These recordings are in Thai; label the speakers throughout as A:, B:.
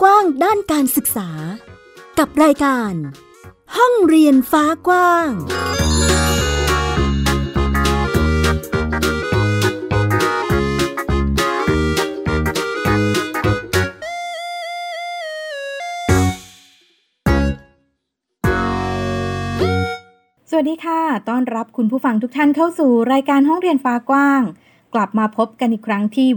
A: กว้างด้านการศึกษากับรายการห้องเรียนฟ้ากว้าง
B: สวัสดีค่ะต้อนรับคุณผู้ฟังทุกท่านเข้าสู่รายการห้องเรียนฟ้ากว้างกลับมาพบกันอีกครั้งที่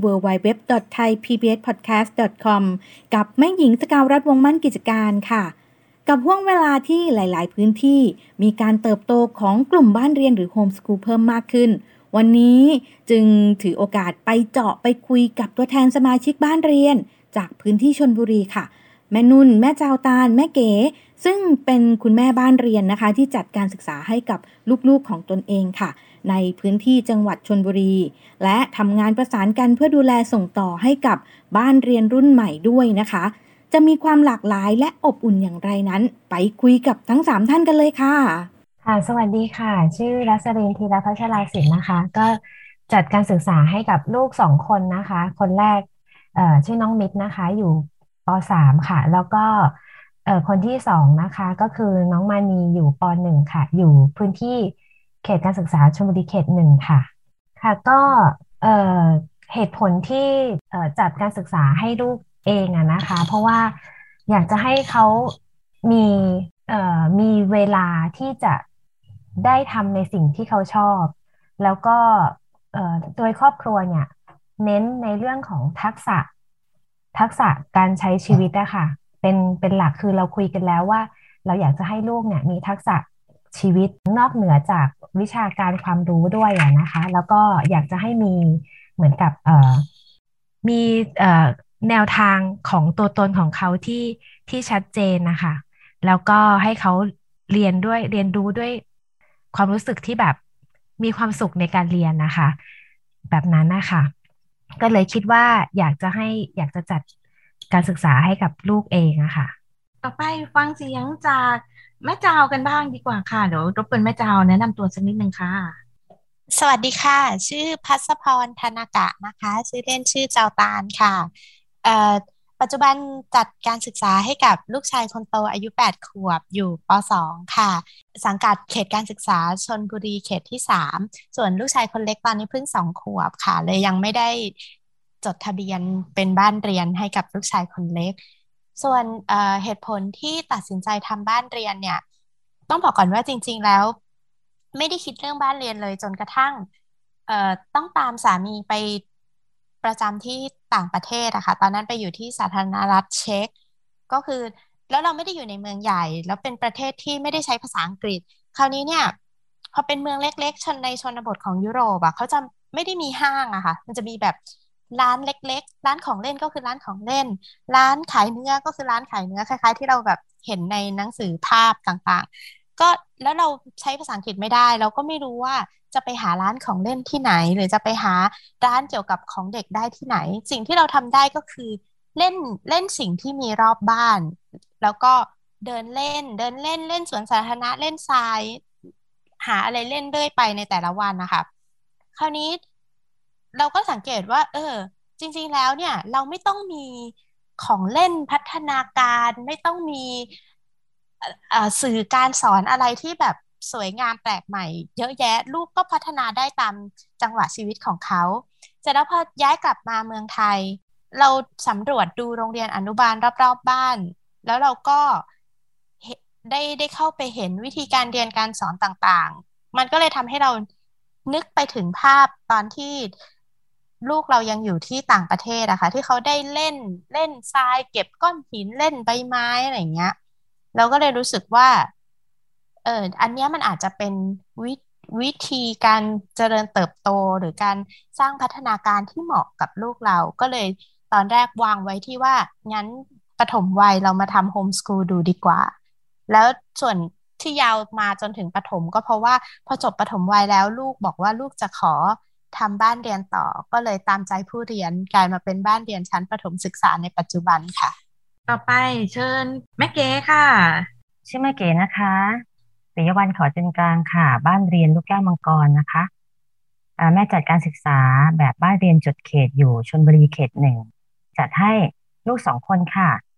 B: www.thaipbspodcast.com กับแม่หญิงสกาวรัตน์วงศ์มั่นกิจการค่ะกับห่วงเวลาที่หลายๆพื้นที่มีการเติบโตของกลุ่มบ้านเรียนหรือโฮมสคูลเพิ่มมากขึ้นวันนี้จึงถือโอกาสไปเจาะไปคุยกับตัวแทนสมาชิกบ้านเรียนจากพื้นที่ชลบุรีค่ะแม่นุ่นแม่จาวตาลแม่เก๋ซึ่งเป็นคุณแม่บ้านเรียนนะคะที่จัดการศึกษาให้กับลูกๆของตนเองค่ะในพื้นที่จังหวัดชลบุรีและทำงานประสานกันเพื่อดูแลส่งต่อให้กับบ้านเรียนรุ่นใหม่ด้วยนะคะจะมีความหลากหลายและอบอุ่นอย่างไรนั้นไปคุยกับทั้ง3ท่านกันเลยค่ะ
C: ค่ะสวัสดีค่ะชื่อรัสรินทร์ธีรพัชราศิลป์นะคะก็จัดการศึกษาให้กับลูก2 คนนะคะคนแรกชื่อน้องมิตรนะคะอยู่ป.3 ค่ะแล้วก็คนที่2นะคะก็คือน้องมานีอยู่ป.1 ค่ะอยู่พื้นที่เขตการศึกษาชลบุรีเขต 1ค่ะค่ะก็เอ่อเหตุผลที่จัดการศึกษาให้ลูกเองอะนะคะเพราะว่าอยากจะให้เขามีมีเวลาที่จะได้ทำในสิ่งที่เขาชอบแล้วก็โดยครอบครัวเนี่ยเน้นในเรื่องของทักษะการใช้ชีวิตอะค่ะเป็นหลักคือเราคุยกันแล้วว่าเราอยากจะให้ลูกเนี่ยมีทักษะชีวิตนอกเหนือจากวิชาการความรู้ด้วยอะนะคะแล้วก็อยากจะให้มีเหมือนกับมีแนวทางของตัวตนของเขาที่ชัดเจนนะคะแล้วก็ให้เขาเรียนรู้ด้วยความรู้สึกที่แบบมีความสุขในการเรียนนะคะแบบนั้นนะคะก็เลยคิดว่าอยากจะจัดการศึกษาให้กับลูกเองอะค่ะ
D: ต่อไปฟังเสียงจากแม่จาวกันบ้างดีกว่าค่ะเดี๋ยวรบกวนแม่จาวแนะนำตัวสักนิดนึงค่ะ
E: สวัสดีค่ะชื่อภัสพรธนากะนะคะชื่อเล่นชื่อเจ้าตาลค่ะเอ่อปัจจุบันจัดการศึกษาให้กับลูกชายคนโตอายุ8 ขวบอยู่ป.2 ค่ะสังกัดเขตการศึกษาชลบุรีเขตที่3ส่วนลูกชายคนเล็กตอนนี้เพิ่ง2 ขวบค่ะเลยยังไม่ได้จดทะเบียนเป็นบ้านเรียนให้กับลูกชายคนเล็กส่วนเหตุผลที่ตัดสินใจทำบ้านเรียนเนี่ยต้องบอกก่อนว่าจริงๆแล้วไม่ได้คิดเรื่องบ้านเรียนเลยจนกระทั่งต้องตามสามีไปประจำที่ต่างประเทศอะค่ะตอนนั้นไปอยู่ที่สาธารณรัฐเช็กก็คือแล้วเราไม่ได้อยู่ในเมืองใหญ่แล้วเป็นประเทศที่ไม่ได้ใช้ภาษาอังกฤษคราวนี้เนี่ยพอเป็นเมืองเล็กๆในชนบทของยุโรปอะเขาจะไม่ได้มีห้างอะค่ะมันจะมีแบบร้านเล็กๆร้านของเล่นก็คือร้านของเล่นร้านขายเนื้อก็คือร้านขายเนื้อคล้ายๆที่เราแบบเห็นในหนังสือภาพต่างๆก็แล้วเราใช้ภาษาอังกฤษไม่ได้เราก็ไม่รู้ว่าจะไปหาร้านของเล่นที่ไหนหรือจะไปหาร้านเกี่ยวกับของเด็กได้ที่ไหนสิ่งที่เราทำได้ก็คือเล่นเล่นสิ่งที่มีรอบบ้านแล้วก็เดินเล่นสวนสาธารณะเล่นทรายหาอะไรเล่นเรื่อยไปในแต่ละวันนะคะคราวนี้เราก็สังเกตว่าจริงๆแล้วเนี่ยเราไม่ต้องมีของเล่นพัฒนาการไม่ต้องมีสื่อการสอนอะไรที่แบบสวยงามแปลกใหม่เยอะแยะลูกก็พัฒนาได้ตามจังหวะชีวิตของเขาเสร็จแล้วพอย้ายกลับมาเมืองไทยเราสำรวจดูโรงเรียนอนุบาลรอบๆบ้านแล้วเราก็เห็นได้เข้าไปเห็นวิธีการเรียนการสอนต่างๆมันก็เลยทำให้เรานึกไปถึงภาพตอนที่ลูกเรายังอยู่ที่ต่างประเทศอะค่ะที่เขาได้เล่นเล่นทรายเก็บก้อนหินเล่นใบไม้อะไรอย่างเงี้ยเราก็เลยรู้สึกว่าอันเนี้ยมันอาจจะเป็นวิวิธีการเจริญเติบโตหรือการสร้างพัฒนาการที่เหมาะกับลูกเราก็เลยตอนแรกวางไว้ที่ว่างั้นประถมวัยเรามาทำโฮมสคูลดูดีกว่าแล้วส่วนที่ยาวมาจนถึงประถมก็เพราะว่าพอจบประถมวัยแล้วลูกบอกว่าลูกจะขอทำบ้านเรียนต่อก็เลยตามใจผู้เรียนกลายมาเป็นบ้านเรียนชั้นประถมศึกษาในปัจจุบันค่ะ
D: ต่อไปเชิญแม่เก๋ค่ะ
F: ชื่อแม่เก๋นะคะปิยวัลย์ขอเจนกลางค่ะบ้านเรียนลูกแก้วมังกรนะคะแม่จัดการศึกษาแบบบ้านเรียนจดเขตอยู่ชลบุรีเขต 1จัดให้ลูก2 คนค่ะ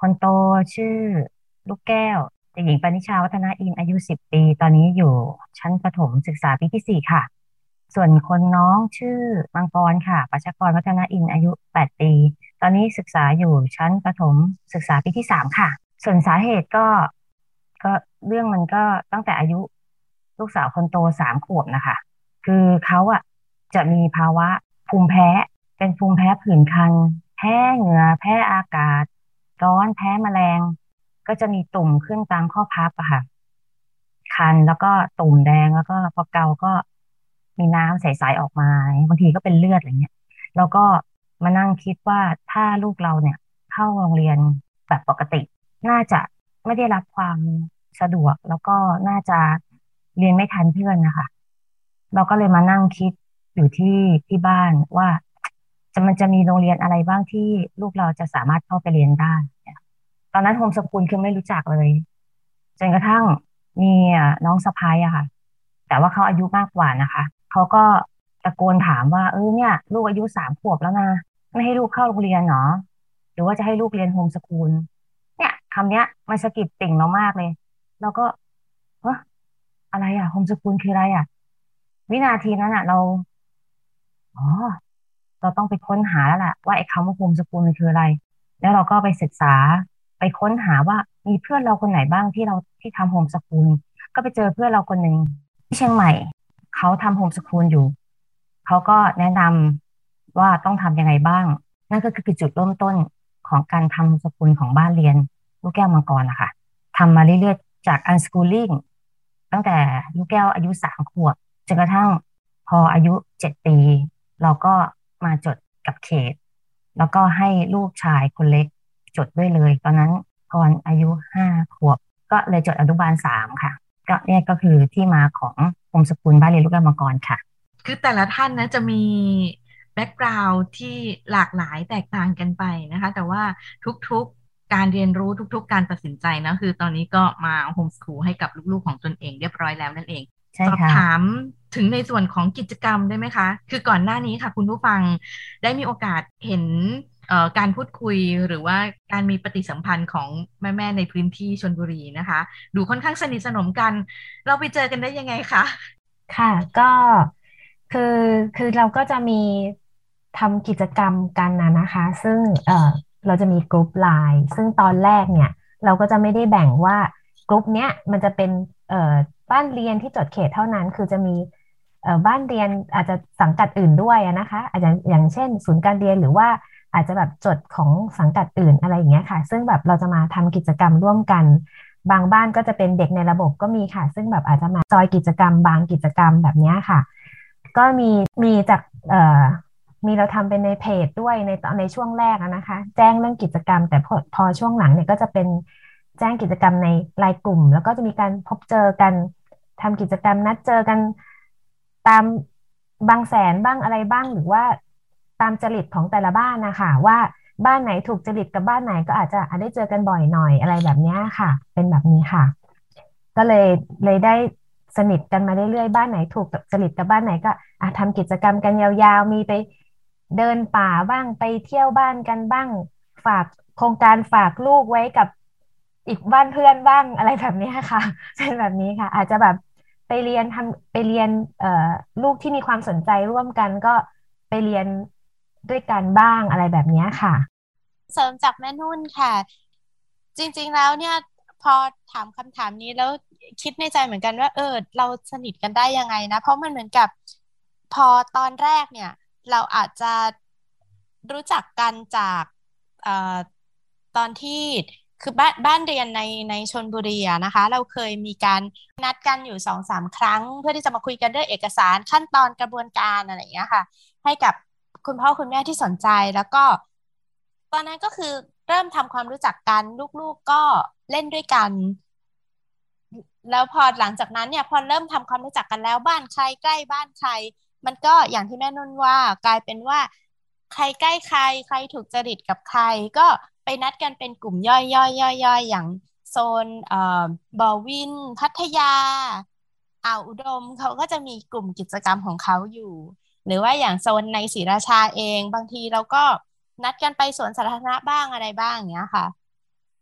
F: คนโตชื่อลูกแก้วเด็กหญิงปณิชาวัฒนาอินทร์อายุ10 ปีตอนนี้อยู่ชั้นประถมศึกษาปีที่4ค่ะส่วนคนน้องชื่อมังกรค่ะปัชกรวัฒนาอินทร์อายุ8 ปีตอนนี้ศึกษาอยู่ชั้นประถมศึกษาปีที่3ค่ะส่วนสาเหตุก็เรื่องมันก็ตั้งแต่อายุลูกสาวคนโต3 ขวบนะคะคือเขาอะจะมีภาวะภูมิแพ้เป็นภูมิแพ้ผื่นคันแพ้เหงื่อแพ้อากาศร้อนแพ้แมลงก็จะมีตุ่มขึ้นตามข้อพับอะค่ะคันแล้วก็ตุ่มแดงแล้วก็พอเกาก็มีน้ำใสๆออกมาบางทีก็เป็นเลือดอะไรเงี้ยแล้วก็มานั่งคิดว่าถ้าลูกเราเนี่ยเข้าโรงเรียนแบบปกติน่าจะไม่ได้รับความสะดวกแล้วก็น่าจะเรียนไม่ทันเพื่อนนะคะเราก็เลยมานั่งคิดอยู่ที่บ้านว่ามันจะมีโรงเรียนอะไรบ้างที่ลูกเราจะสามารถเข้าไปเรียนได้ตอนนั้นโฮมสคูลคือไม่รู้จักเลยจนกระทั่งมีน้องสะใภ้อะค่ะแต่ว่าเขาอายุมากกว่านะคะเขาก็ตะโกนถามว่าเนี่ยลูกอายุ3 ขวบแล้วนะไม่ให้ลูกเข้าโรงเรียนหรอหรือว่าจะให้ลูกเรียนโฮมสคูลเนี่ยคำเนี้ยมันสะกิดติ่งเรามากเลยเราก็เฮ้ออะไรอะโฮมสคูลคืออะไรอะวินาทีนั้นอะอ๋อเราต้องไปค้นหาแล้วล่ะว่าไอ้คำว่าโฮมสคูลมันคืออะไรแล้วเราก็ไปศึกษาไปค้นหาว่ามีเพื่อนเราคนไหนบ้างที่ทำโฮมสคูลก็ไปเจอเพื่อนเราคนหนึ่งที่เชียงใหม่เขาทำโฮมสคูลอยู่เขาก็แนะนำว่าต้องทำยังไงบ้างนั่นก็คือจุดเริ่มต้นของการทำโฮมสคูลของบ้านเรียนลูกแก้วมังกรนะคะทำมาเรื่อยๆจากอันสคูลิ่งตั้งแต่ลูกแก้วอายุ3 ขวบจนกระทั่งพออายุ7 ปีเราก็มาจดกับเขตแล้วก็ให้ลูกชายคนเล็กจดด้วยเลยตอนนั้นก่อนอายุ5 ขวบก็เลยจดอนุบาล3ค่ะก็เนี่ยก็คือที่มาของโฮมสคูลบ้านเรียนลูกแก้วมังกรค่ะ
D: คือแต่ละท่านนะจะมีแบ็กกราวด์ที่หลากหลายแตกต่างกันไปนะคะแต่ว่าทุกๆการเรียนรู้ทุกๆการตัดสินใจนะคือตอนนี้ก็มาโฮมสคูลให้กับลูกๆของตนเองเรียบร้อยแล้วนั่นเอง
F: ใช่
D: สอบ
F: ค่ะ
D: ถามถึงในส่วนของกิจกรรมได้ไหมคะคือก่อนหน้านี้ค่ะคุณผู้ฟังได้มีโอกาสเห็นการพูดคุยหรือว่าการมีปฏิสัมพันธ์ของแม่ๆในพื้นที่ชลบุรีนะคะดูค่อนข้างสนิทสนมกันเราไปเจอกันได้ยังไงคะ
C: ค่ะก็คือคือเราก็จะมีทำกิจกรรมกันนะคะซึ่งเราจะมีกลุ่มไลน์ซึ่งตอนแรกเนี่ยเราก็จะไม่ได้แบ่งว่ากลุ่มเนี้ยมันจะเป็นบ้านเรียนที่จดเขตเท่านั้นคือจะมีบ้านเรียนอาจจะสังกัดอื่นด้วยนะคะอาจจะอย่างเช่นศูนย์การเรียนหรือว่าอาจจะแบบจดของสังกัดอื่นอะไรอย่างเงี้ยค่ะซึ่งแบบเราจะมาทำกิจกรรมร่วมกัน บางบ้านก็จะเป็นเด็กในระบบก็มีค่ะซึ่งแบบอาจจะมาจอยกิจกรรมบางกิจกรรมแบบนี้ค่ะก็มีจากมีเราทำเป็นในเพจด้วยในตอนในช่วงแรกนะคะแจ้งเรื่องกิจกรรมแต่พอช่วงหลังเนี่ยก็จะเป็นแจ้งกิจกรรมในไลน์กลุ่มแล้วก็จะมีการพบเจอกันทำกิจกรรมนัดเจอกันตามบางแสนบ้างอะไรบ้างหรือว่าตามจริตของแต่ละบ้านนะคะว่าบ้านไหนถูกจริตกับบ้านไหนก็อาจได้เจอกันบ่อยหน่อยอะไรแบบนี้ค่ะเป็นแบบนี้ค่ะก็เลยได้สนิทกันมาเรื่อยๆบ้านไหนถูกจริตกับบ้านไหนก็ทำกิจกรรมกันยาวๆมีไปเดินป่าบ้างไปเที่ยวบ้านกันบ้างฝากโครงการฝากลูกไว้กับอีกบ้านเพื่อนบ้างอะไรแบบนี้ค่ะเป็นแบบนี้ค่ะอาจจะแบบไปเรียนลูกที่มีความสนใจร่วมกันก็ไปเรียนด้วยกันบ้างอะไรแบบนี้ค่ะ
E: เสริมจากแม่นุ่นค่ะจริงๆแล้วเนี่ยพอถามคำถามนี้แล้วคิดในใจเหมือนกันว่าเราสนิทกันได้ยังไงนะเพราะมันเหมือนกับพอตอนแรกเนี่ยเราอาจจะรู้จักกันจากเอ่อตอนที่คือบ้านเรียนในชลบุรีอะนะคะเราเคยมีการนัดกันอยู่2-3 ครั้งเพื่อที่จะมาคุยกันเรื่องเอกสารขั้นตอนกระบวนการอะไรอย่างเงี้ยค่ะให้กับคุณพ่อคุณแม่ที่สนใจแล้วก็ตอนนั้นก็คือเริ่มทำความรู้จักกันลูกๆก็เล่นด้วยกันแล้วพอหลังจากนั้นเนี่ยพอเริ่มทำความรู้จักกันแล้วบ้านใครใกล้บ้านใครมันก็อย่างที่แม่นุ่นว่ากลายเป็นว่าใครใกล้ใครใครถูกจริตกับใครก็ไปนัดกันเป็นกลุ่มย่อยย่อยย่อยย่อยอย่างโซนบอวินพัทยาอ่าวอุดมเขาก็จะมีกลุ่มกิจกรรมของเขาอยู่หรือว่าอย่างโซนในศรีราชาเองบางทีเราก็นัดกันไปสวนสาธารณะบ้างอะไรบ้างอย่างเงี้ยค่ะ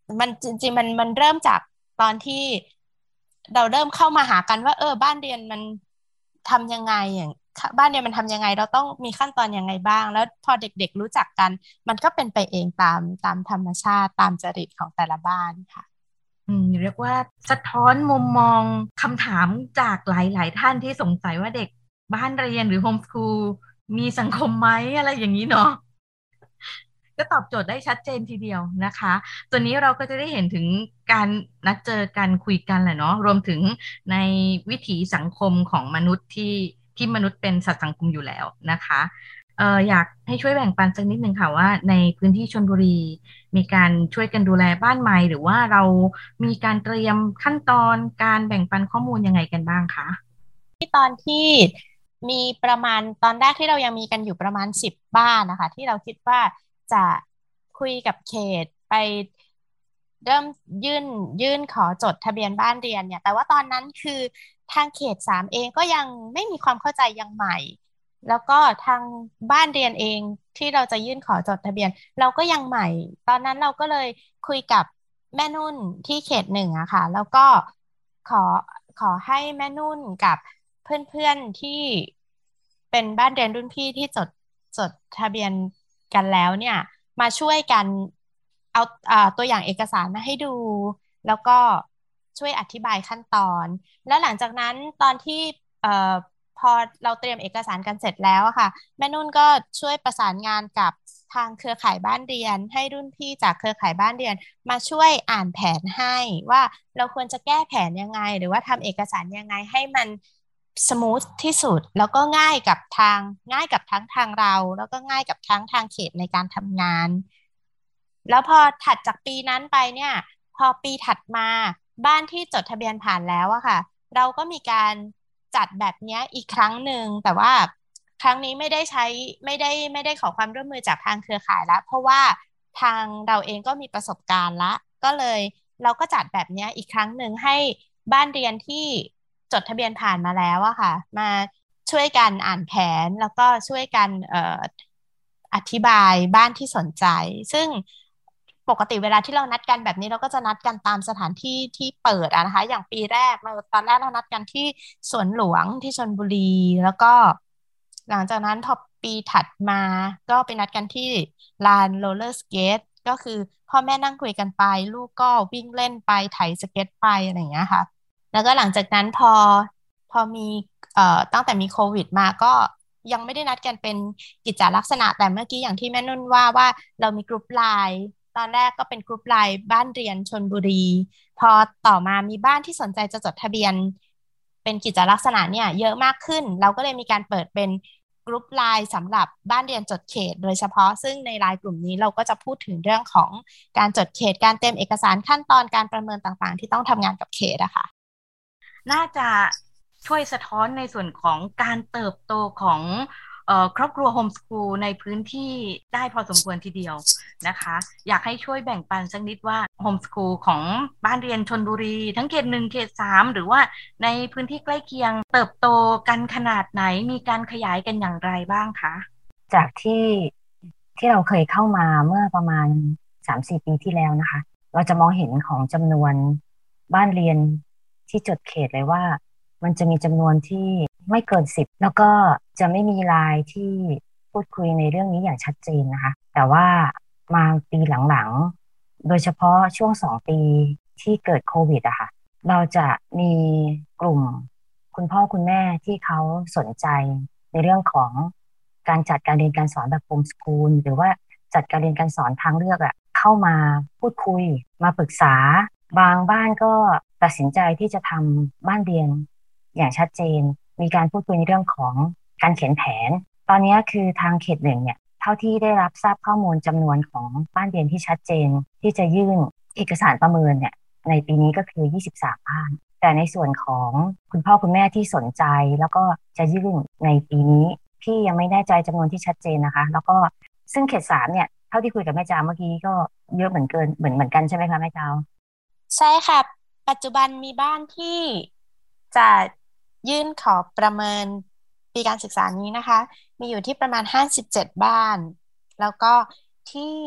E: มันจริงๆมันเริ่มจากตอนที่เราเริ่มเข้ามาหากันว่าบ้านเรียนมันทำยังไงอย่างบ้านเรียนมันทำยังไงเราต้องมีขั้นตอนยังไงบ้างแล้วพอเด็กๆรู้จักกันมันก็เป็นไปเองตามธรรมชาติตามจริตของแต่ละบ้านค่ะ
D: เรียกว่าสะท้อนมุมมองคำถามจากหลายๆท่านที่สงสัยว่าเด็กบ้านเรียนหรือโฮมสคูลมีสังคมไหมอะไรอย่างนี้เนาะก็ตอบโจทย์ได้ชัดเจนทีเดียวนะคะตัวนี้เราก็จะได้เห็นถึงการนัดเจอกันคุยกันแหละเนาะรวมถึงในวิถีสังคมของมนุษย์ที่มนุษย์เป็นสัตว์สังคมอยู่แล้วนะคะอยากให้ช่วยแบ่งปันสักนิดนึงค่ะว่าในพื้นที่ชลบุรีมีการช่วยกันดูแลบ้านใหม่หรือว่าเรามีการเตรียมขั้นตอนการแบ่งปันข้อมูลยังไงกันบ้างคะ
E: ตอนที่มีประมาณตอนแรกที่เรายังมีกันอยู่ประมาณ10 บ้านนะคะที่เราคิดว่าจะคุยกับเขตไปเริ่มยื่นขอจดทะเบียนบ้านเรียนเนี่ยแต่ว่าตอนนั้นคือทางเขต 3เองก็ยังไม่มีความเข้าใจยังใหม่แล้วก็ทางบ้านเรียนเองที่เราจะยื่นขอจดทะเบียนเราก็ยังใหม่ตอนนั้นเราก็เลยคุยกับแม่นุ่นที่เขต 1อะค่ะแล้วก็ขอให้แม่นุ่นกับเพื่อนๆที่เป็นบ้านเรียนรุ่นพี่ที่จดทะเบียนกันแล้วเนี่ยมาช่วยกันเอาตัวอย่างเอกสารมาให้ดูแล้วก็ช่วยอธิบายขั้นตอนแล้วหลังจากนั้นตอนที่เอ่อพอเราเตรียมเอกสารกันเสร็จแล้วอะค่ะแม่นุ่นก็ช่วยประสานงานกับทางเครือข่ายบ้านเรียนให้รุ่นพี่จากเครือข่ายบ้านเรียนมาช่วยอ่านแผนให้ว่าเราควรจะแก้แผนยังไงหรือว่าทำเอกสารยังไงให้มันสมูทที่สุดแล้วก็ง่ายกับทั้งทางเราแล้วก็ง่ายกับทั้งทางเขตในการทำงานแล้วพอถัดจากปีนั้นไปเนี่ยพอปีถัดมาบ้านที่จดทะเบียนผ่านแล้วอะค่ะเราก็มีการจัดแบบเนี้ยอีกครั้งหนึ่งแต่ว่าครั้งนี้ไม่ได้ขอความร่วมมือจากทางเครือข่ายแล้วเพราะว่าทางเราเองก็มีประสบการณ์ละก็เลยเราก็จัดแบบเนี้ยอีกครั้งหนึ่งให้บ้านเรียนที่จดทะเบียนผ่านมาแล้วอะค่ะมาช่วยกันอ่านแผนแล้วก็ช่วยกันอธิบายบ้านที่สนใจซึ่งปกติเวลาที่เรานัดกันแบบนี้เราก็จะนัดกันตามสถานที่ที่เปิดอะนะคะอย่างปีแรกตอนแรกเรานัดกันที่สวนหลวงที่ชลบุรีแล้วก็หลังจากนั้นพอปีถัดมาก็ไปนัดกันที่ลานโรลเลอร์สเกตก็คือพ่อแม่นั่งคุยกันไปลูกก็วิ่งเล่นไปไถสเก็ตไปอะไรอย่างเงี้ยค่ะแล้วก็หลังจากนั้นพอมีตั้งแต่มีโควิดมาก็ยังไม่ได้นัดกันเป็นกิจจลักษณะแต่เมื่อกี้อย่างที่แม่นุ่นว่าเรามีกลุ่มไลน์ตอนแรกก็เป็นกลุ่มไลน์บ้านเรียนชลบุรีพอต่อมามีบ้านที่สนใจจะจดทะเบียนเป็นกิจจลักษณะเนี่ยเยอะมากขึ้นเราก็เลยมีการเปิดเป็นกลุ่มไลน์สำหรับบ้านเรียนจดเขตโดยเฉพาะซึ่งในไลน์กลุ่มนี้เราก็จะพูดถึงเรื่องของการจดเขตการเตรียมเอกสารขั้นตอนการประเมินต่างๆที่ต้องทำงานกับเขตอะค่ะ
D: น่าจะช่วยสะท้อนในส่วนของการเติบโตของครอบครัวโฮมสคูลในพื้นที่ได้พอสมควรทีเดียวนะคะอยากให้ช่วยแบ่งปันสักนิดว่าโฮมสคูลของบ้านเรียนชลบุรีทั้งเขต 1เขต 3หรือว่าในพื้นที่ใกล้เคียงเติบโตกันขนาดไหนมีการขยายกันอย่างไรบ้างคะ
F: จากที่เราเคยเข้ามาเมื่อประมาณ3-4 ปีที่แล้วนะคะเราจะมองเห็นของจำนวนบ้านเรียนที่จดเขตเลยว่ามันจะมีจำนวนที่ไม่เกิน10แล้วก็จะไม่มีรายที่พูดคุยในเรื่องนี้อย่างชัดเจนนะคะแต่ว่ามาปีหลังๆโดยเฉพาะช่วง2 ปีที่เกิดโควิดอะค่ะเราจะมีกลุ่มคุณพ่อคุณแม่ที่เขาสนใจในเรื่องของการจัดการเรียนการสอนแบบโฮมสคูลหรือว่าจัดการเรียนการสอนทางเลือกอะเข้ามาพูดคุยมาปรึกษาบางบ้านก็ตัดสินใจที่จะทำบ้านเรียนอย่างชัดเจนมีการพูดคุยในเรื่องของการเขียนแผนตอนนี้คือทางเขต 1เนี่ยเท่าที่ได้รับทราบข้อมูลจำนวนของบ้านเรียนที่ชัดเจนที่จะยื่นเอกสารประเมินเนี่ยในปีนี้ก็คือ23 บ้านแต่ในส่วนของคุณพ่อคุณแม่ที่สนใจแล้วก็จะยื่นในปีนี้พี่ยังไม่แน่ใจจำนวนที่ชัดเจนนะคะแล้วก็ซึ่งเขต 3เนี่ยเท่าที่คุยกับแม่จาเมื่อกี้ก็เยอะเหมือนกันใช่ไหมคะแม่จา
E: ใช่ค่ะปัจจุบันมีบ้านที่จะยื่นขอประเมินปีการศึกษานี้นะคะมีอยู่ที่ประมาณ57 บ้านแล้วก็ที่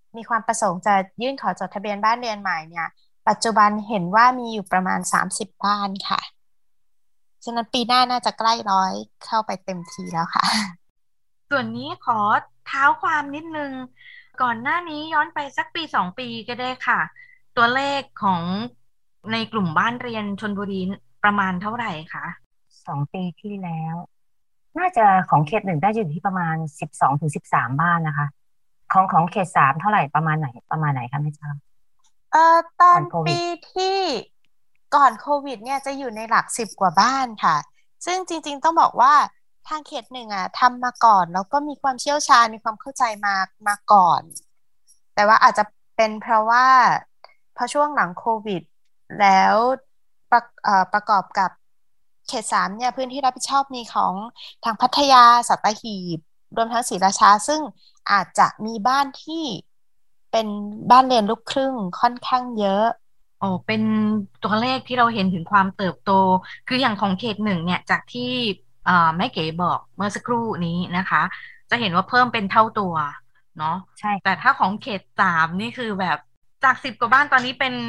E: มีความประสงค์จะยื่นขอจดทะเบียนบ้านเรียนใหม่เนี่ยปัจจุบันเห็นว่ามีอยู่ประมาณ30บ้านค่ะฉะนั้นปีหน้าน่าจะใกล้100เข้าไปเต็มทีแล้วค่ะ
D: ส่วนนี้ขอเท้าความนิดนึงก่อนหน้านี้ย้อนไปสักปี2 ปีก็ได้ค่ะตัวเลขของในกลุ่มบ้านเรียนชลบุรีประมาณเท่าไหร่คะ
F: 2 ปีที่แล้วน่าจะของเขต 1ได้อยู่ที่ประมาณ12 ถึง 13 บ้านนะคะของเขต 3เท่าไหร่ประมาณไหนคะไม่ทราบ
E: ตอน
F: ก่อนโควิ
E: ปี
F: ด
E: ที่ก่อนโควิดเนี่ยจะอยู่ในหลัก10 กว่าบ้านค่ะซึ่งจริงๆต้องบอกว่าทางเขต 1ทำมาก่อนแล้วก็มีความเชี่ยวชาญมีความเข้าใจมาก่อนแต่ว่าอาจจะเป็นเพราะว่าพอช่วงหลังโควิดแล้วประกอบกับเขต 3เนี่ยพื้นที่รับผิดชอบมีของทางพัทยาสัตหีบรวมทั้งศรีราชาซึ่งอาจจะมีบ้านที่เป็นบ้านเรียนลูกครึ่งค่อนข้างเยอะ
D: อ๋อเป็นตัวเลขที่เราเห็นถึงความเติบโตคืออย่างของเขต 1เนี่ยจากที่แม่เก๋บอกเมื่อสักครู่นี้นะคะจะเห็นว่าเพิ่มเป็นเท่าตัวเนาะ
F: ใช่
D: แต่
F: ค่ะ
D: ถ้าของเขต 3นี่คือแบบจาก10 กว่าบ้านตอนนี้เป็น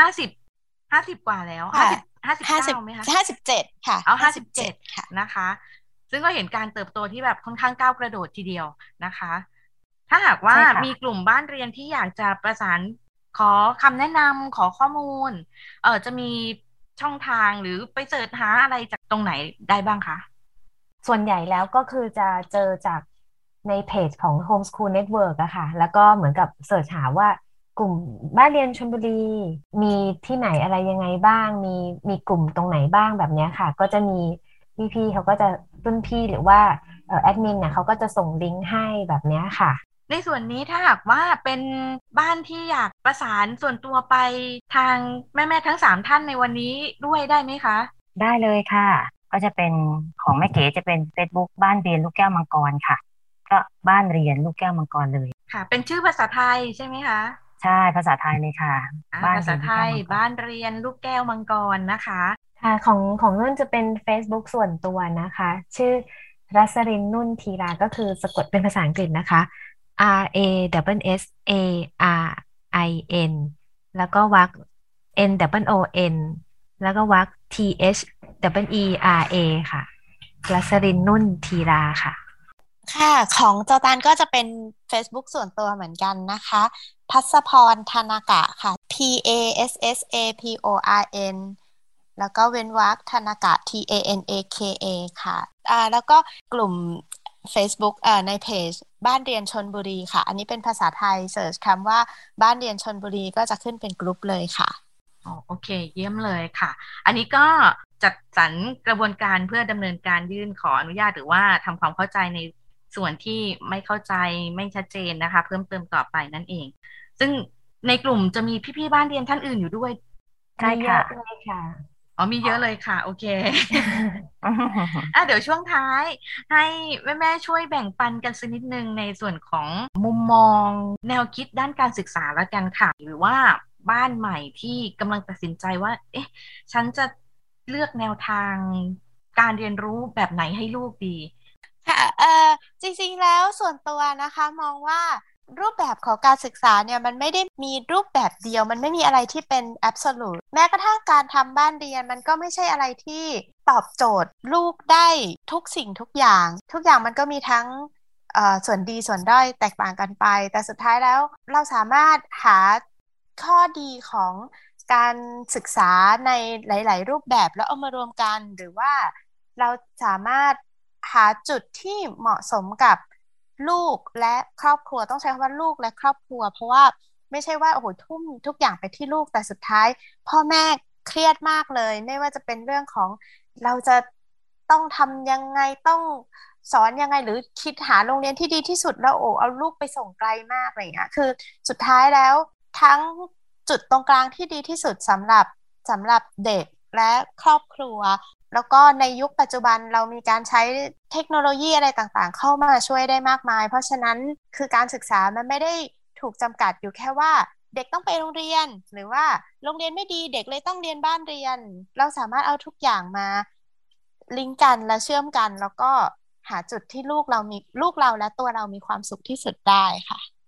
D: 50กว่าแล้ว
E: ค่ะ
D: 59ไหมคะ
E: 57ค่ะ
D: เอา57
E: 57ค่ะ
D: นะคะซึ่งก็เห็นการเติบโตที่แบบค่อนข้างก้าวกระโดดทีเดียวนะคะถ้าหากว่า
F: ใช่ค่ะ
D: มีกลุ่มบ้านเรียนที่อยากจะประสานขอคำแนะนำขอข้อมูลจะมีช่องทางหรือไปเสิร์ชหาอะไรจากตรงไหนได้บ้างคะ
C: ส่วนใหญ่แล้วก็คือจะเจอจากในเพจของ Homeschool Network อะค่ะแล้วก็เหมือนกับเสิร์ชหาว่ากลุ่มบ้านเรียนชลบุรีมีที่ไหนอะไรยังไงบ้างมีกลุ่มตรงไหนบ้างแบบเนี้ยค่ะก็จะมีพี่ๆเขาก็จะรุ่นพี่หรือว่าแอดมินเนี่ยเขาก็จะส่งลิงก์ให้แบบเนี้ยค่ะ
D: ในส่วนนี้ถ้าหากว่าเป็นบ้านที่อยากประสานส่วนตัวไปทางแม่ทั้ง3 ท่านในวันนี้ด้วยได้ไหมคะ
F: ได้เลยค่ะก็จะเป็นของแม่เก๋จะเป็น Facebook บ้านเรียนลูกแก้วมังกรค่ะก็บ้านเรียนลูกแก้วมังกรเลย
D: ค่ะเป็นชื่อภาษาไทยใช่ไหมคะ
F: ใช่ภาษาไทยเลยค่ะบ้าน
D: ภาษาไท
F: เรียนลูกแก้ว
D: ย
F: มังกร
D: บ้านเรียนลูกแก้วมังกรนะคะ
C: ค่ะของนุ่นจะเป็น Facebook ส่วนตัวนะคะชื่อรัสรินนุ่นทีราก็คือสะกดเป็นภาษาอังกฤษนะคะ RASSARIN แล้วก็วรรค NOON แล้วก็วรรค THEERA ค่ะรัสรินนุ่นทีราค่ะ
E: ค่ะของจอตานก็จะเป็น Facebook ส่วนตัวเหมือนกันนะคะพัสพรธนากะค่ะ PASSAPORN แล้วก็เว้นวรรคธนากะ TANAKA ค่ะแล้วก็กลุ่ม Facebook ในเพจบ้านเรียนชลบุรีค่ะอันนี้เป็นภาษาไทยเสิร์ชคำว่าบ้านเรียนชลบุรีก็จะขึ้นเป็นกลุ่มเลยค่ะ
D: อ๋อโอเคเยี่ยมเลยค่ะอันนี้ก็จัดสรรกระบวนการเพื่อดำเนินการยื่นขออนุญาตหรือว่าทำความเข้าใจในส่วนที่ไม่เข้าใจไม่ชัดเจนนะคะเพิ่มเติมต่อไปนั่นเองซึ่งในกลุ่มจะมีพี่ๆบ้านเรียนท่านอื่นอยู่ด้วย
F: ใช่
C: มีเย
F: ค่ะ
C: อะเลยค่ะ
D: อ๋อมีเยอะเลยค่ะโอเค อ่ะเดี๋ยวช่วงท้ายให้แม่ช่วยแบ่งปันกันสักนิดนึงในส่วนของมุมมองแนวคิดด้านการศึกษาแล้วกันค่ะหรือว่าบ้านใหม่ที่กำลังตัดสินใจว่าเอ๊ะฉันจะเลือกแนวทางการเรียนรู้แบบไหนให้ลูกดี
E: ค่ะจริงๆแล้วส่วนตัวนะคะมองว่ารูปแบบของการศึกษาเนี่ยมันไม่ได้มีรูปแบบเดียวมันไม่มีอะไรที่เป็น absolute แม้กระทั่งการทำบ้านเรียนมันก็ไม่ใช่อะไรที่ตอบโจทย์ลูกได้ทุกสิ่งทุกอย่างมันก็มีทั้งส่วนดีส่วนด้อยแตกต่างกันไปแต่สุดท้ายแล้วเราสามารถหาข้อดีของการศึกษาในหลายๆรูปแบบแล้วเอามารวมกันหรือว่าเราสามารถหาจุดที่เหมาะสมกับลูกและครอบครัวต้องใช้คำว่าลูกและครอบครัวเพราะว่าไม่ใช่ว่าโอ้โหทุ่มทุกอย่างไปที่ลูกแต่สุดท้ายพ่อแม่เครียดมากเลยไม่ว่าจะเป็นเรื่องของเราจะต้องทำยังไงต้องสอนยังไงหรือคิดหาโรงเรียนที่ดีที่สุดแล้วโอ้เอาลูกไปส่งไกลมากอะไรอย่างเงี้ยคือสุดท้ายแล้วทั้งจุดตรงกลางที่ดีที่สุดสำหรับเด็กและครอบครัวแล้วก็ในยุคปัจจุบันเรามีการใช้เทคโนโลยีอะไรต่างๆเข้ามาช่วยได้มากมายเพราะฉะนั้นคือการศึกษามันไม่ได้ถูกจำกัดอยู่แค่ว่าเด็กต้องไปโรงเรียนหรือว่าโรงเรียนไม่ดีเด็กเลยต้องเรียนบ้านเรียนเราสามารถเอาทุกอย่างมาลิงก์กันและเชื่อมกันแล้วก็หาจุดที่ลูกเราและตัวเรามีความสุขที่สุดได้ค่ะ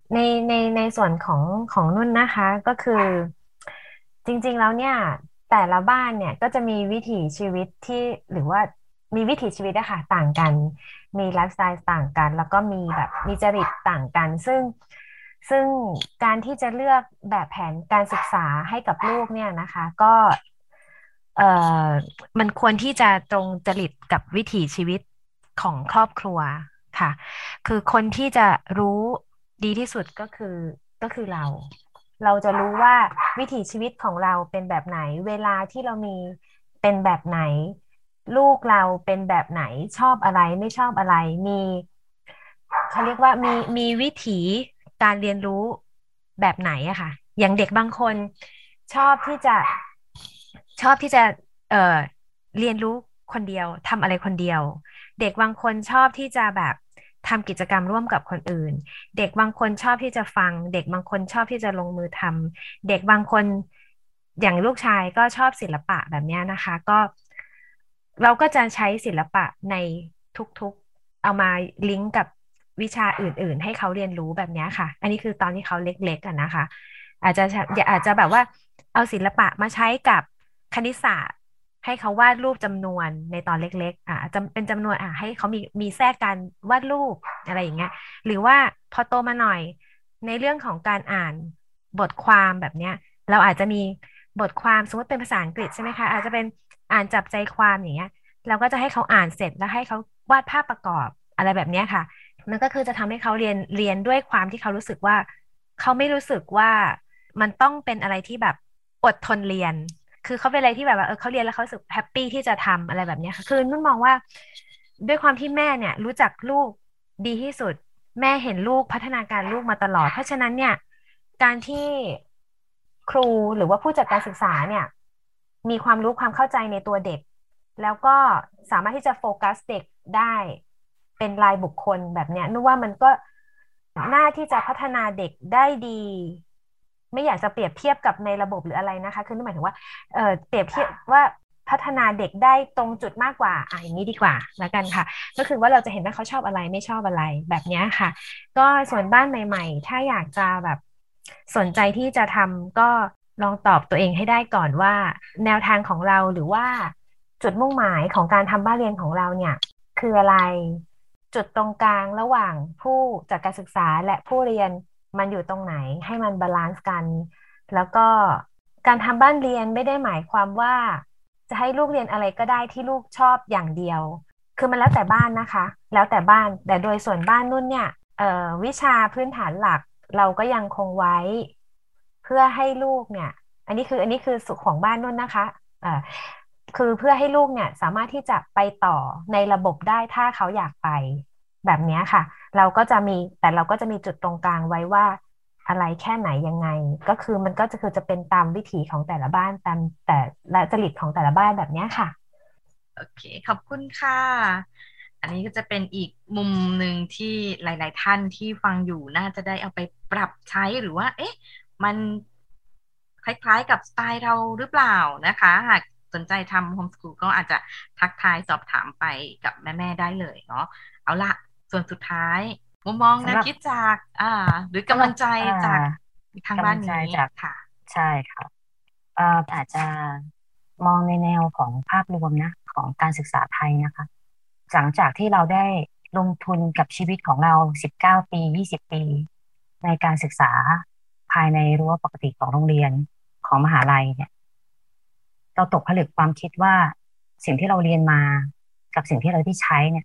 C: ในในส่วนของนุ่นนะคะก็คือจริงๆแล้วเนี่ยแต่ละบ้านเนี่ยก็จะมีวิถีชีวิตที่หรือว่ามีวิถีชีวิตอะค่ะต่างกันมีไลฟ์สไตล์ต่างกันแล้วก็มีแบบมีจริตต่างกันซึ่งการที่จะเลือกแบบแผนการศึกษาให้กับลูกเนี่ยนะคะก็เอ่อมันควรที่จะตรงจริตกับวิถีชีวิตของครอบครัวค่ะ คือคนที่จะรู้ดีที่สุดก็คือเราจะรู้ว่าวิถีชีวิตของเราเป็นแบบไหนเวลาที่เรามีเป็นแบบไหนลูกเราเป็นแบบไหนชอบอะไรไม่ชอบอะไรมีเขาเรียกว่ามีวิถีการเรียนรู้แบบไหนอะค่ะอย่างเด็กบางคนชอบที่จะชอบที่จะเอ่อเรียนรู้คนเดียวทำอะไรคนเดียว เด็กบางคนชอบที่จะแบบทำกิจกรรมร่วมกับคนอื่นเด็กบางคนชอบที่จะฟังเด็กบางคนชอบที่จะลงมือทำเด็กบางคนอย่างลูกชายก็ชอบศิลปะแบบเนี้ยนะคะก็เราก็จะใช้ศิลปะในทุกๆเอามาลิงก์กับวิชาอื่นๆให้เขาเรียนรู้แบบเนี้ยค่ะอันนี้คือตอนที่เขาเล็กๆกันนะคะอาจจะแบบว่าเอาศิลปะมาใช้กับคณิตศาสตร์ ให้เขาวาดรูปจำนวนในตอนเล็กๆจำเป็นจำนวนให้เขามีแทรกการวาดรูปอะไรอย่างเงี้ยหรือว่าพอโตมาหน่อยในเรื่องของการอ่านบทความแบบเนี้ยเราอาจจะมีบทความสมมติเป็นภาษาอังกฤษใช่ไหมคะอาจจะเป็นอ่านจับใจความอย่างเงี้ยเราก็จะให้เขาอ่านเสร็จแล้วให้เขาวาดภาพประกอบอะไรแบบเนี้ยค่ะมันก็คือจะทำให้เขาเรียนด้วยความที่เขารู้สึกว่าเขาไม่รู้สึกว่ามันต้องเป็นอะไรที่แบบอดทนเรียน คือเขาเป็นอะไรที่แบบว่าเขาเรียนแล้วเขารู้สึกแฮปปี้ที่จะทำอะไรแบบเนี้ยค่ะคือนุ่นมองว่าด้วยความที่แม่เนี่ยรู้จักลูกดีที่สุดแม่เห็นลูกพัฒนาการลูกมาตลอดเพราะฉะนั้นเนี่ยการที่ครูหรือว่าผู้จัดการศึกษาเนี่ยมีความรู้ความเข้าใจในตัวเด็กแล้วก็สามารถที่จะโฟกัสเด็กได้เป็นรายบุคคลแบบเนี้ยนุ่นว่ามันก็น่าที่จะพัฒนาเด็กได้ดีไม่อยากจะเปรียบเทียบกับในระบบหรืออะไรนะคะคือนั่นหมายถึงว่า เปรียบเทียบว่าพัฒนาเด็กได้ตรงจุดมากกว่าอย่างนี้ดีกว่าแล้วกันค่ะก็คือว่าเราจะเห็นว่าเขาชอบอะไรไม่ชอบอะไรแบบเนี้ยค่ะก็ส่วนบ้านใหม่ๆถ้าอยากจะแบบสนใจที่จะทำก็ลองตอบตัวเองให้ได้ก่อนว่าแนวทางของเราหรือว่าจุดมุ่งหมายของการทำบ้านเรียนของเราเนี่ยคืออะไรจุดตรงกลางระหว่างผู้จัดการศึกษาและผู้เรียนมันอยู่ตรงไหนให้มันบาลานซ์กัน แล้วก็การทำบ้านเรียนไม่ได้หมายความว่าจะให้ลูกเรียนอะไรก็ได้ที่ลูกชอบอย่างเดียวคือมันแล้วแต่บ้านนะคะแล้วแต่บ้านแต่โดยส่วนบ้านนุ่นเนี่ยวิชาพื้นฐานหลักเราก็ยังคงไว้เพื่อให้ลูกเนี่ยอันนี้คือสุขของบ้านนุ่นนะคะเอ่อคือเพื่อให้ลูกเนี่ยสามารถที่จะไปต่อในระบบได้ถ้าเขาอยากไปแบบเนี้ยค่ะ แต่เราก็จะมีจุดตรงกลางไว้ว่าอะไรแค่ไหนยังไงก็คือมันก็จะคือจะเป็นตามวิถีของแต่ละบ้านตามแต่ละจริตของแต่ละบ้านแบบเนี้ยค่ะ
D: โอเคขอบคุณค่ะอันนี้ก็จะเป็นอีกมุมหนึ่งที่หลายๆท่านที่ฟังอยู่น่าจะได้เอาไปปรับใช้หรือว่าเอ๊ะมันคล้ายๆกับสไตล์เราหรือเปล่านะคะหากสนใจทำโฮมสกูลก็อาจจะทักทายสอบถามไปกับแม่ๆได้เลยเนาะเอาละส่วนสุดท้ายมุมมองแน
F: สำหรับ
D: วคิดจากหรือ
F: สำหรับ
D: กำลังใจจากทาง
F: กำลังใจ
D: บ้านนี้
F: จาก
D: ค่ะ
F: ใช่ค่ะอาจจะมองในแนวของภาพรวมนะของการศึกษาไทยนะคะหลังจากที่เราได้ลงทุนกับชีวิตของเรา19 ปี20 ปีในการศึกษาภายในรั้วปกติของโรงเรียนของมหาลัยเนี่ยเราตกผลึกความคิดว่าสิ่งที่เราเรียนมากับสิ่งที่เราที่ใช้เนี่ย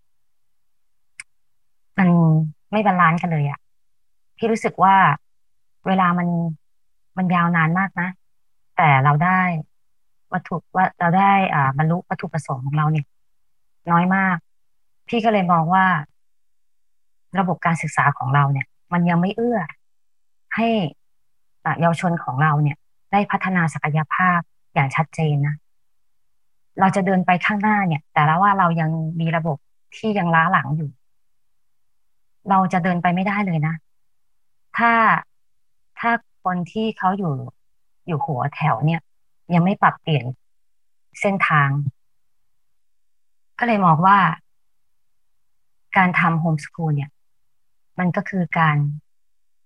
F: มันไม่บาลานซ์กันเลยอะพี่รู้สึกว่าเวลามันยาวนานมากนะแต่เราได้เราได้บรรลุวัตถุประสงค์ของเราเนี่ยน้อยมากพี่ก็เลยมองว่าระบบการศึกษาของเราเนี่ยมันยังไม่เอื้อให้เยาวชนของเราเนี่ยได้พัฒนาศักยภาพอย่างชัดเจนนะเราจะเดินไปข้างหน้าเนี่ยแต่ละว่าเรายังมีระบบที่ยังล้าหลังอยู่เราจะเดินไปไม่ได้เลยนะถ้าถ้าคนที่เขาอยู่หัวแถวเนี่ยยังไม่ปรับเปลี่ยนเส้นทางก็เลยมองว่าการทำโฮมสคูลเนี่ยมันก็คือการ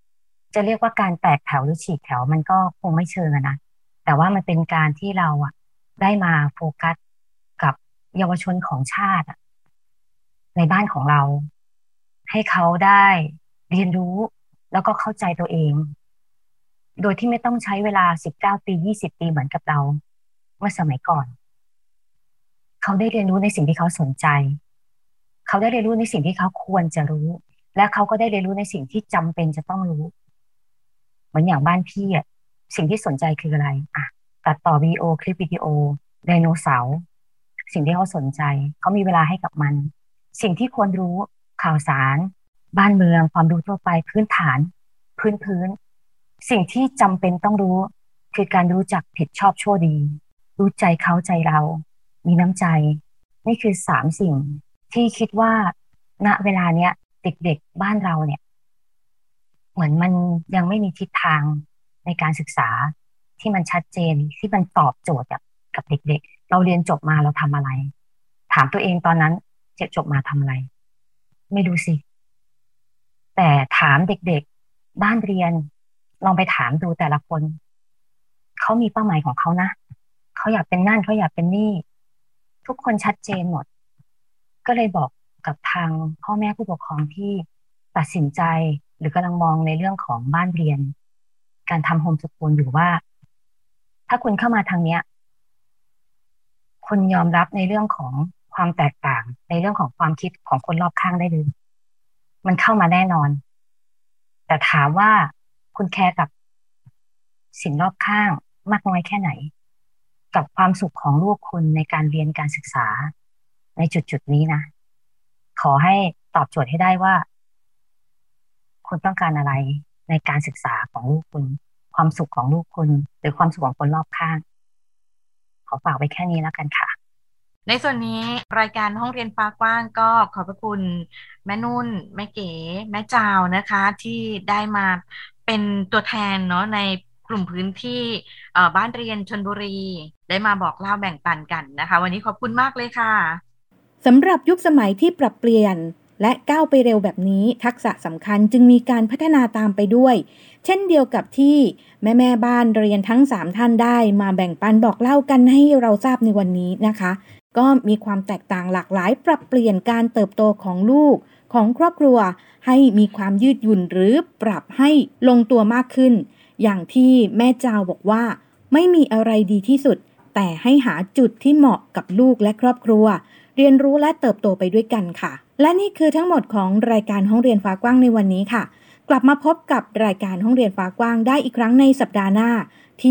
F: จะเรียกว่าการแตกแถวหรือฉีกแถวมันก็คงไม่เชิงนะแต่ว่ามันเป็นการที่เราได้มาโฟกัสกับเยาวชนของชาติในบ้านของเราให้เขาได้เรียนรู้แล้วก็เข้าใจตัวเองโดยที่ไม่ต้องใช้เวลา19 ปี20 ปีเหมือนกับเราเมื่อสมัยก่อนเขาได้เรียนรู้ในสิ่งที่เขาสนใจเขาได้เรียนรู้ในสิ่งที่เขาควรจะรู้และเขาก็ได้เรียนรู้ในสิ่งที่จำเป็นจะต้องรู้เหมือนอย่างบ้านพี่สิ่งที่สนใจคืออะไรตัดต่อวิดีโอคลิปวิดีโอไดโนเสาร์สิ่งที่เขาสนใจเขามีเวลาให้กับมันสิ่งที่ควรรู้ข่าวสารบ้านเมืองความรู้ทั่วไปพื้นฐานพื้นสิ่งที่จำเป็นต้องรู้คือการรู้จักผิดชอบชั่วดีรู้ใจเขาใจเรามีน้ำใจนี่คือ3 สิ่งที่คิดว่าณเวลาเนี้ยเด็กๆบ้านเราเนี่ยเหมือนมันยังไม่มีทิศทางในการศึกษาที่มันชัดเจนที่มันตอบโจทย์กับเด็กๆเราเรียนจบมาเราทำอะไรถามตัวเองตอนนั้นจบมาทำอะไรไม่รู้สิแต่ถามเด็กๆบ้านเรียนลองไปถามดูแต่ละคนเขามีเป้าหมายของเขานะเขาอยากเป็นนั่นเขาอยากเป็นนี่ทุกคนชัดเจนหมดก็เลยบอกกับทางพ่อแม่ผู้ปกครองที่ตัดสินใจหรือกำลังมองในเรื่องของบ้านเรียนการทำโฮมสคูลอยู่ว่าถ้าคุณเข้ามาทางเนี้ยคุณยอมรับในเรื่องของความแตกต่างในเรื่องของความคิดของคนรอบข้างได้เลยมันเข้ามาแน่นอนแต่ถามว่าคุณแคร์กับสิ่งรอบข้างมากน้อยแค่ไหนกับความสุขของลูกคุณในการเรียนการศึกษาในจุดนี้นะขอให้ตอบโจทย์ให้ได้ว่าคุณต้องการอะไรในการศึกษาของลูกคุณความสุขของลูกคุณหรือความสุขของคนรอบข้างขอฝากไว้แค่นี้แล้วกันค่ะ
D: ในส่วนนี้รายการห้องเรียนฟ้ากว้างก็ขอบพระคุณแม่นุ่นแม่เก๋แม่จาวนะคะที่ได้มาเป็นตัวแทนเนาะในกลุ่มพื้นที่บ้านเรียนชลบุรีได้มาบอกเล่าแบ่งปันกันนะคะวันนี้ขอบคุณมากเลยค่ะ
B: สำหรับยุคสมัยที่ปรับเปลี่ยนและก้าวไปเร็วแบบนี้ทักษะสำคัญจึงมีการพัฒนาตามไปด้วยเช่นเดียวกับที่แม่บ้านเรียนทั้ง3ท่านได้มาแบ่งปันบอกเล่ากันให้เราทราบในวันนี้นะคะก็มีความแตกต่างหลากหลายปรับเปลี่ยนการเติบโตของลูกของครอบครัวให้มีความยืดหยุ่นหรือปรับให้ลงตัวมากขึ้นอย่างที่แม่จาวบอกว่าไม่มีอะไรดีที่สุดแต่ให้หาจุดที่เหมาะกับลูกและครอบครัวเรียนรู้และเติบโตไปด้วยกันค่ะและนี่คือทั้งหมดของรายการห้องเรียนฟ้ากว้างในวันนี้ค่ะกลับมาพบกับรายการห้องเรียนฟ้ากว้างได้อีกครั้งในสัปดาห์หน้าที่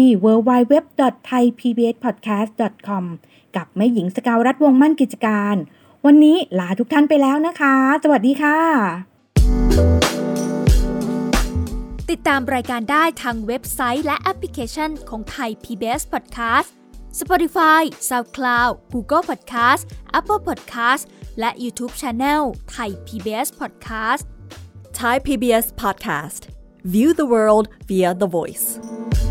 B: www.thaipbspodcast.com กับแม่หญิงสกาวรัตน์วงศ์มั่นกิจการวันนี้ลาทุกท่านไปแล้วนะคะสวัสดีค่ะ
A: ติดตามรายการได้ทางเว็บไซต์และแอปพลิเคชันของไทย PBS Podcast Spotify, SoundCloud, Google Podcast, Apple Podcast และ YouTube Channel Thai PBS Podcast
G: Thai PBS Podcast. View the world via the voice.